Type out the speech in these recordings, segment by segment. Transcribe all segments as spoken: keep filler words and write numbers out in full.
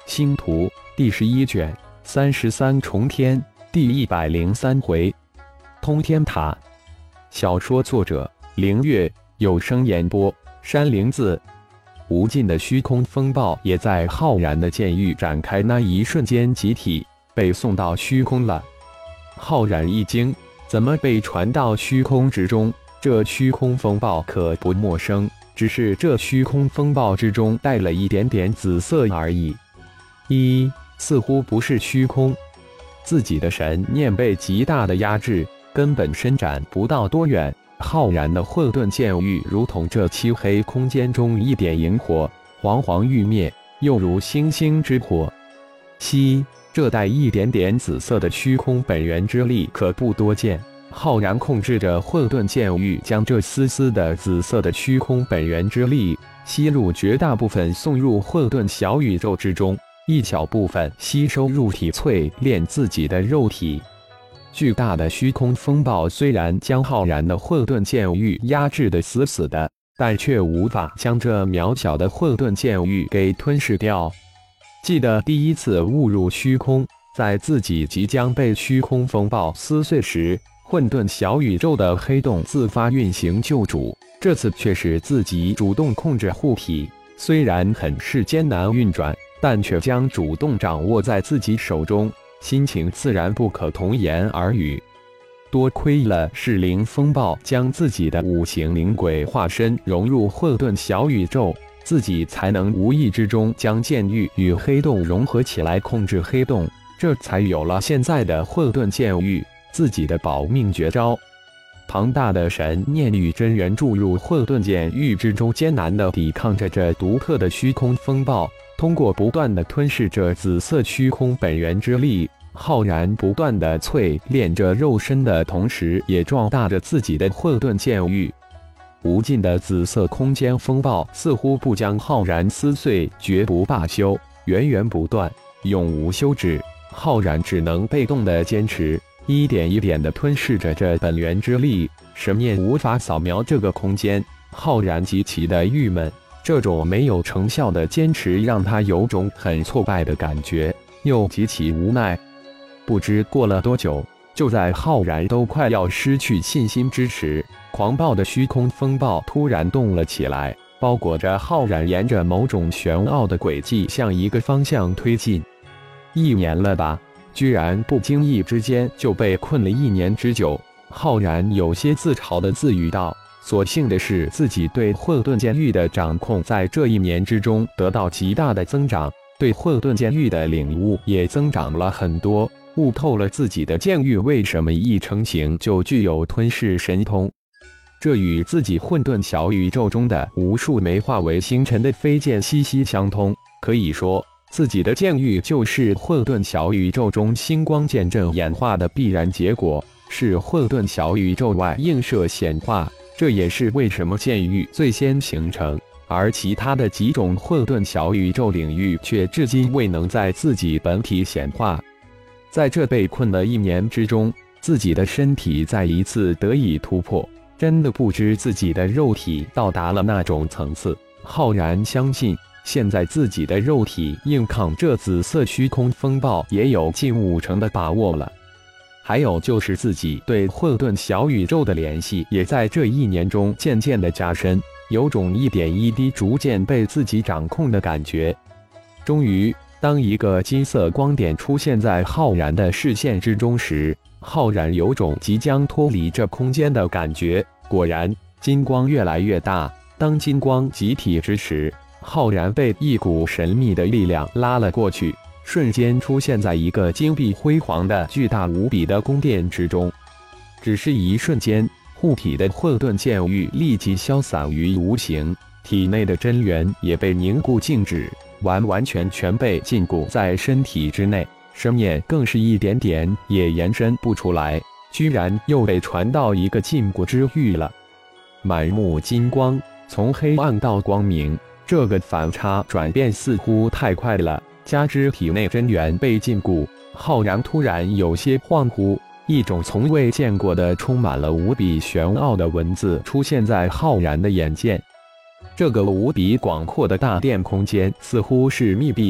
星图第十一卷三十三重天第一百零三回。通天塔。小说作者：凌月，有声演播：山灵子。无尽的虚空风暴也在浩然的剑域展开那一瞬间集体被送到虚空了。浩然一惊，怎么被传到虚空之中？这虚空风暴可不陌生，只是这虚空风暴之中带了一点点紫色而已。一，似乎不是虚空，自己的神念被极大的压制，根本伸展不到多远。浩然的混沌剑域如同这漆黑空间中一点萤火，惶惶欲灭，又如星星之火。七，这带一点点紫色的虚空本源之力可不多见。浩然控制着混沌剑域，将这丝丝的紫色的虚空本源之力吸入，绝大部分送入混沌小宇宙之中，一小部分吸收入体，淬炼自己的肉体。巨大的虚空风暴虽然将浩然的混沌剑域压制得死死的，但却无法将这渺小的混沌剑域给吞噬掉。记得第一次误入虚空，在自己即将被虚空风暴撕碎时，混沌小宇宙的黑洞自发运行救主，这次却是自己主动控制护体，虽然很是艰难运转，但却将主动掌握在自己手中，心情自然不可同言而语。多亏了噬灵风暴将自己的五行灵鬼化身融入混沌小宇宙，自己才能无意之中将剑域与黑洞融合起来，控制黑洞，这才有了现在的混沌剑域，自己的保命绝招。庞大的神念与真元注入混沌剑域之中，艰难地抵抗着这独特的虚空风暴。通过不断地吞噬这紫色虚空本源之力，浩然不断地淬炼着肉身的同时，也壮大着自己的混沌剑域。无尽的紫色空间风暴似乎不将浩然撕碎，绝不罢休，源源不断，永无休止。浩然只能被动地坚持，一点一点地吞噬着这本源之力，神念无法扫描这个空间。浩然极其的郁闷。这种没有成效的坚持让他有种很挫败的感觉，又极其无奈。不知过了多久，就在浩然都快要失去信心之时，狂暴的虚空风暴突然动了起来，包裹着浩然，沿着某种玄奥的轨迹向一个方向推进。一年了吧，居然不经意之间就被困了一年之久。浩然有些自嘲地自语道。所幸的是，自己对混沌剑域的掌控在这一年之中得到极大的增长，对混沌剑域的领悟也增长了很多，悟透了自己的剑域为什么一成型就具有吞噬神通。这与自己混沌小宇宙中的无数枚化为星辰的飞剑息息相通，可以说自己的剑域就是混沌小宇宙中星光剑阵演化的必然结果，是混沌小宇宙外映射显化。这也是为什么剑域最先形成，而其他的几种混沌小宇宙领域却至今未能在自己本体显化。在这被困的一年之中，自己的身体再一次得以突破，真的不知自己的肉体到达了那种层次。浩然相信，现在自己的肉体硬抗这紫色虚空风暴也有近五成的把握了。还有就是自己对混沌小宇宙的联系也在这一年中渐渐的加深，有种一点一滴逐渐被自己掌控的感觉。终于，当一个金色光点出现在浩然的视线之中时，浩然有种即将脱离这空间的感觉。果然，金光越来越大，当金光集体之时，浩然被一股神秘的力量拉了过去，瞬间出现在一个金碧辉煌的巨大无比的宫殿之中。只是一瞬间，护体的混沌剑域立即消散于无形，体内的真元也被凝固静止，完完全全被禁锢在身体之内，神念更是一点点也延伸不出来，居然又被传到一个禁锢之域了。满目金光，从黑暗到光明，这个反差转变似乎太快了。加之体内真元被禁锢，浩然突然有些恍惚，一种从未见过的充满了无比玄奥的文字出现在浩然的眼前。这个无比广阔的大殿空间似乎是密闭的，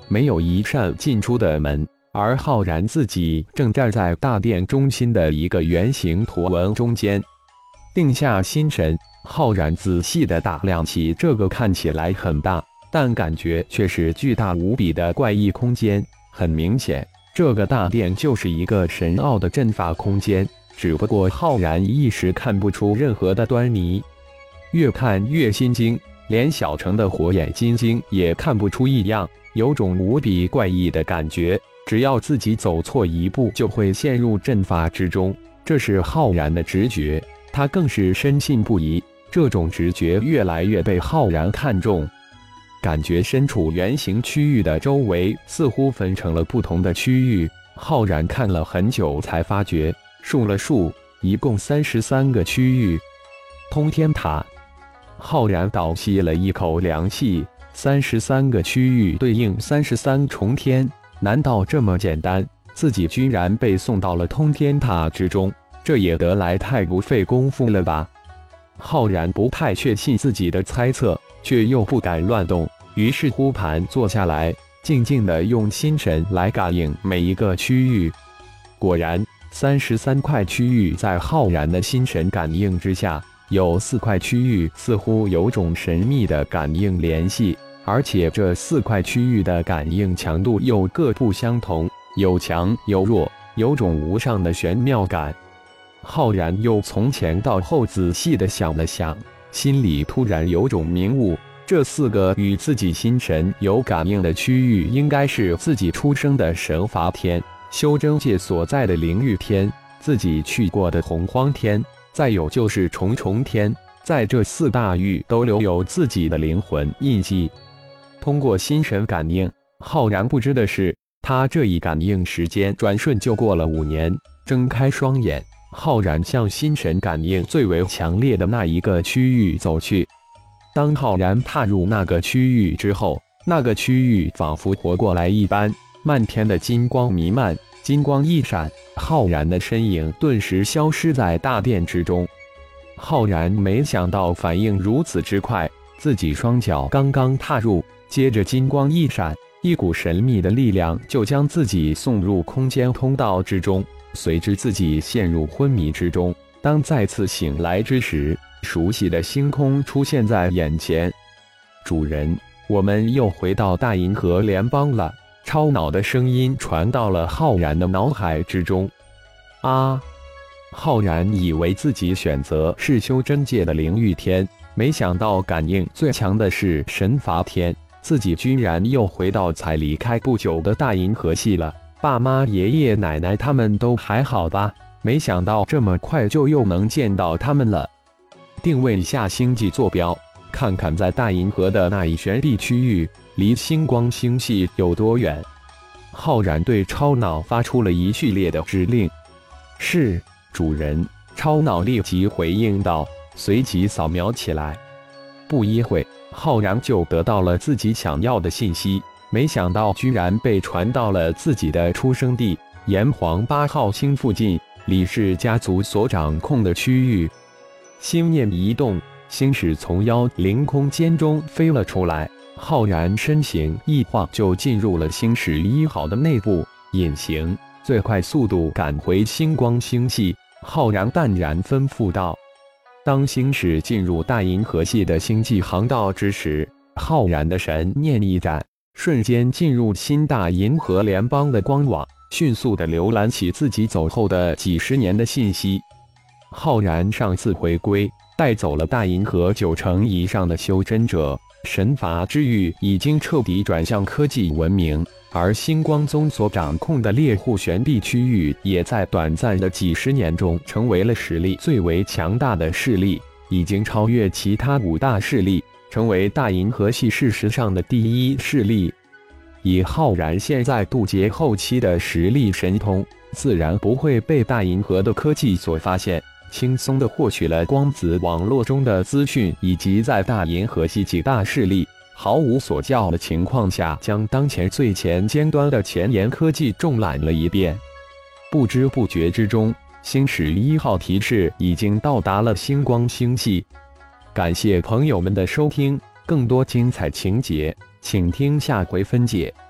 没有一扇进出的门，而浩然自己正站在大殿中心的一个圆形图文中间。定下心神，浩然仔细地打量起这个看起来很大，但感觉却是巨大无比的怪异空间。很明显，这个大殿就是一个深奥的阵法空间，只不过浩然一时看不出任何的端倪。越看越心惊，连小城的火眼金睛也看不出异样，有种无比怪异的感觉，只要自己走错一步就会陷入阵法之中。这是浩然的直觉，他更是深信不疑。这种直觉越来越被浩然看中，感觉身处圆形区域的周围似乎分成了不同的区域。浩然看了很久才发觉，数了数，一共三十三个区域。通天塔。浩然倒吸了一口凉气，三十三个区域对应三十三重天，难道这么简单？自己居然被送到了通天塔之中，这也得来太不费功夫了吧？浩然不太确信自己的猜测，却又不敢乱动，于是呼盘坐下来，静静地用心神来感应每一个区域。果然，三十三块区域在浩然的心神感应之下，有四块区域似乎有种神秘的感应联系，而且这四块区域的感应强度又各不相同，有强有弱，有种无上的玄妙感。浩然又从前到后仔细地想了想，心里突然有种明悟，这四个与自己心神有感应的区域，应该是自己出生的神罚天、修真界所在的灵域天、自己去过的洪荒天，再有就是重重天，在这四大域都留有自己的灵魂印记。通过心神感应，浩然不知的是，他这一感应时间转瞬就过了五年。睁开双眼，浩然向心神感应最为强烈的那一个区域走去。当浩然踏入那个区域之后，那个区域仿佛活过来一般，漫天的金光弥漫，金光一闪，浩然的身影顿时消失在大殿之中。浩然没想到反应如此之快，自己双脚刚刚踏入，接着金光一闪，一股神秘的力量就将自己送入空间通道之中，随之自己陷入昏迷之中。当再次醒来之时，熟悉的星空出现在眼前。主人，我们又回到大银河联邦了。超脑的声音传到了浩然的脑海之中。啊！浩然以为自己选择是修真界的灵域天，没想到感应最强的是神罚天，自己居然又回到才离开不久的大银河系了。爸妈、爷爷奶奶他们都还好吧？没想到这么快就又能见到他们了。定位下星际坐标，看看在大银河的那一悬臂区域离星光星系有多远。浩然对超脑发出了一系列的指令。是，主人。超脑立即回应道，随即扫描起来。不一会，浩然就得到了自己想要的信息，没想到居然被传到了自己的出生地炎黄八号星附近李氏家族所掌控的区域。心念一动，星矢从妖灵空间中飞了出来，浩然身形一晃就进入了星矢一号的内部，隐形，最快速度赶回星光星系。浩然淡然吩咐道。当星矢进入大银河系的星际航道之时，浩然的神念一展，瞬间进入新大银河联邦的官网，迅速地浏览起自己走后的几十年的信息。浩然上次回归，带走了大银河九成以上的修真者，神罚之域已经彻底转向科技文明，而星光宗所掌控的猎户玄臂区域也在短暂的几十年中成为了实力最为强大的势力，已经超越其他五大势力，成为大银河系事实上的第一势力。以浩然现在渡劫后期的实力神通，自然不会被大银河的科技所发现，轻松地获取了光子网络中的资讯，以及在大银河系几大势力毫无所教的情况下，将当前最前尖端的前沿科技重览了一遍。不知不觉之中，星矢一号提示已经到达了星光星系。感谢朋友们的收听，更多精彩情节，请听下回分解。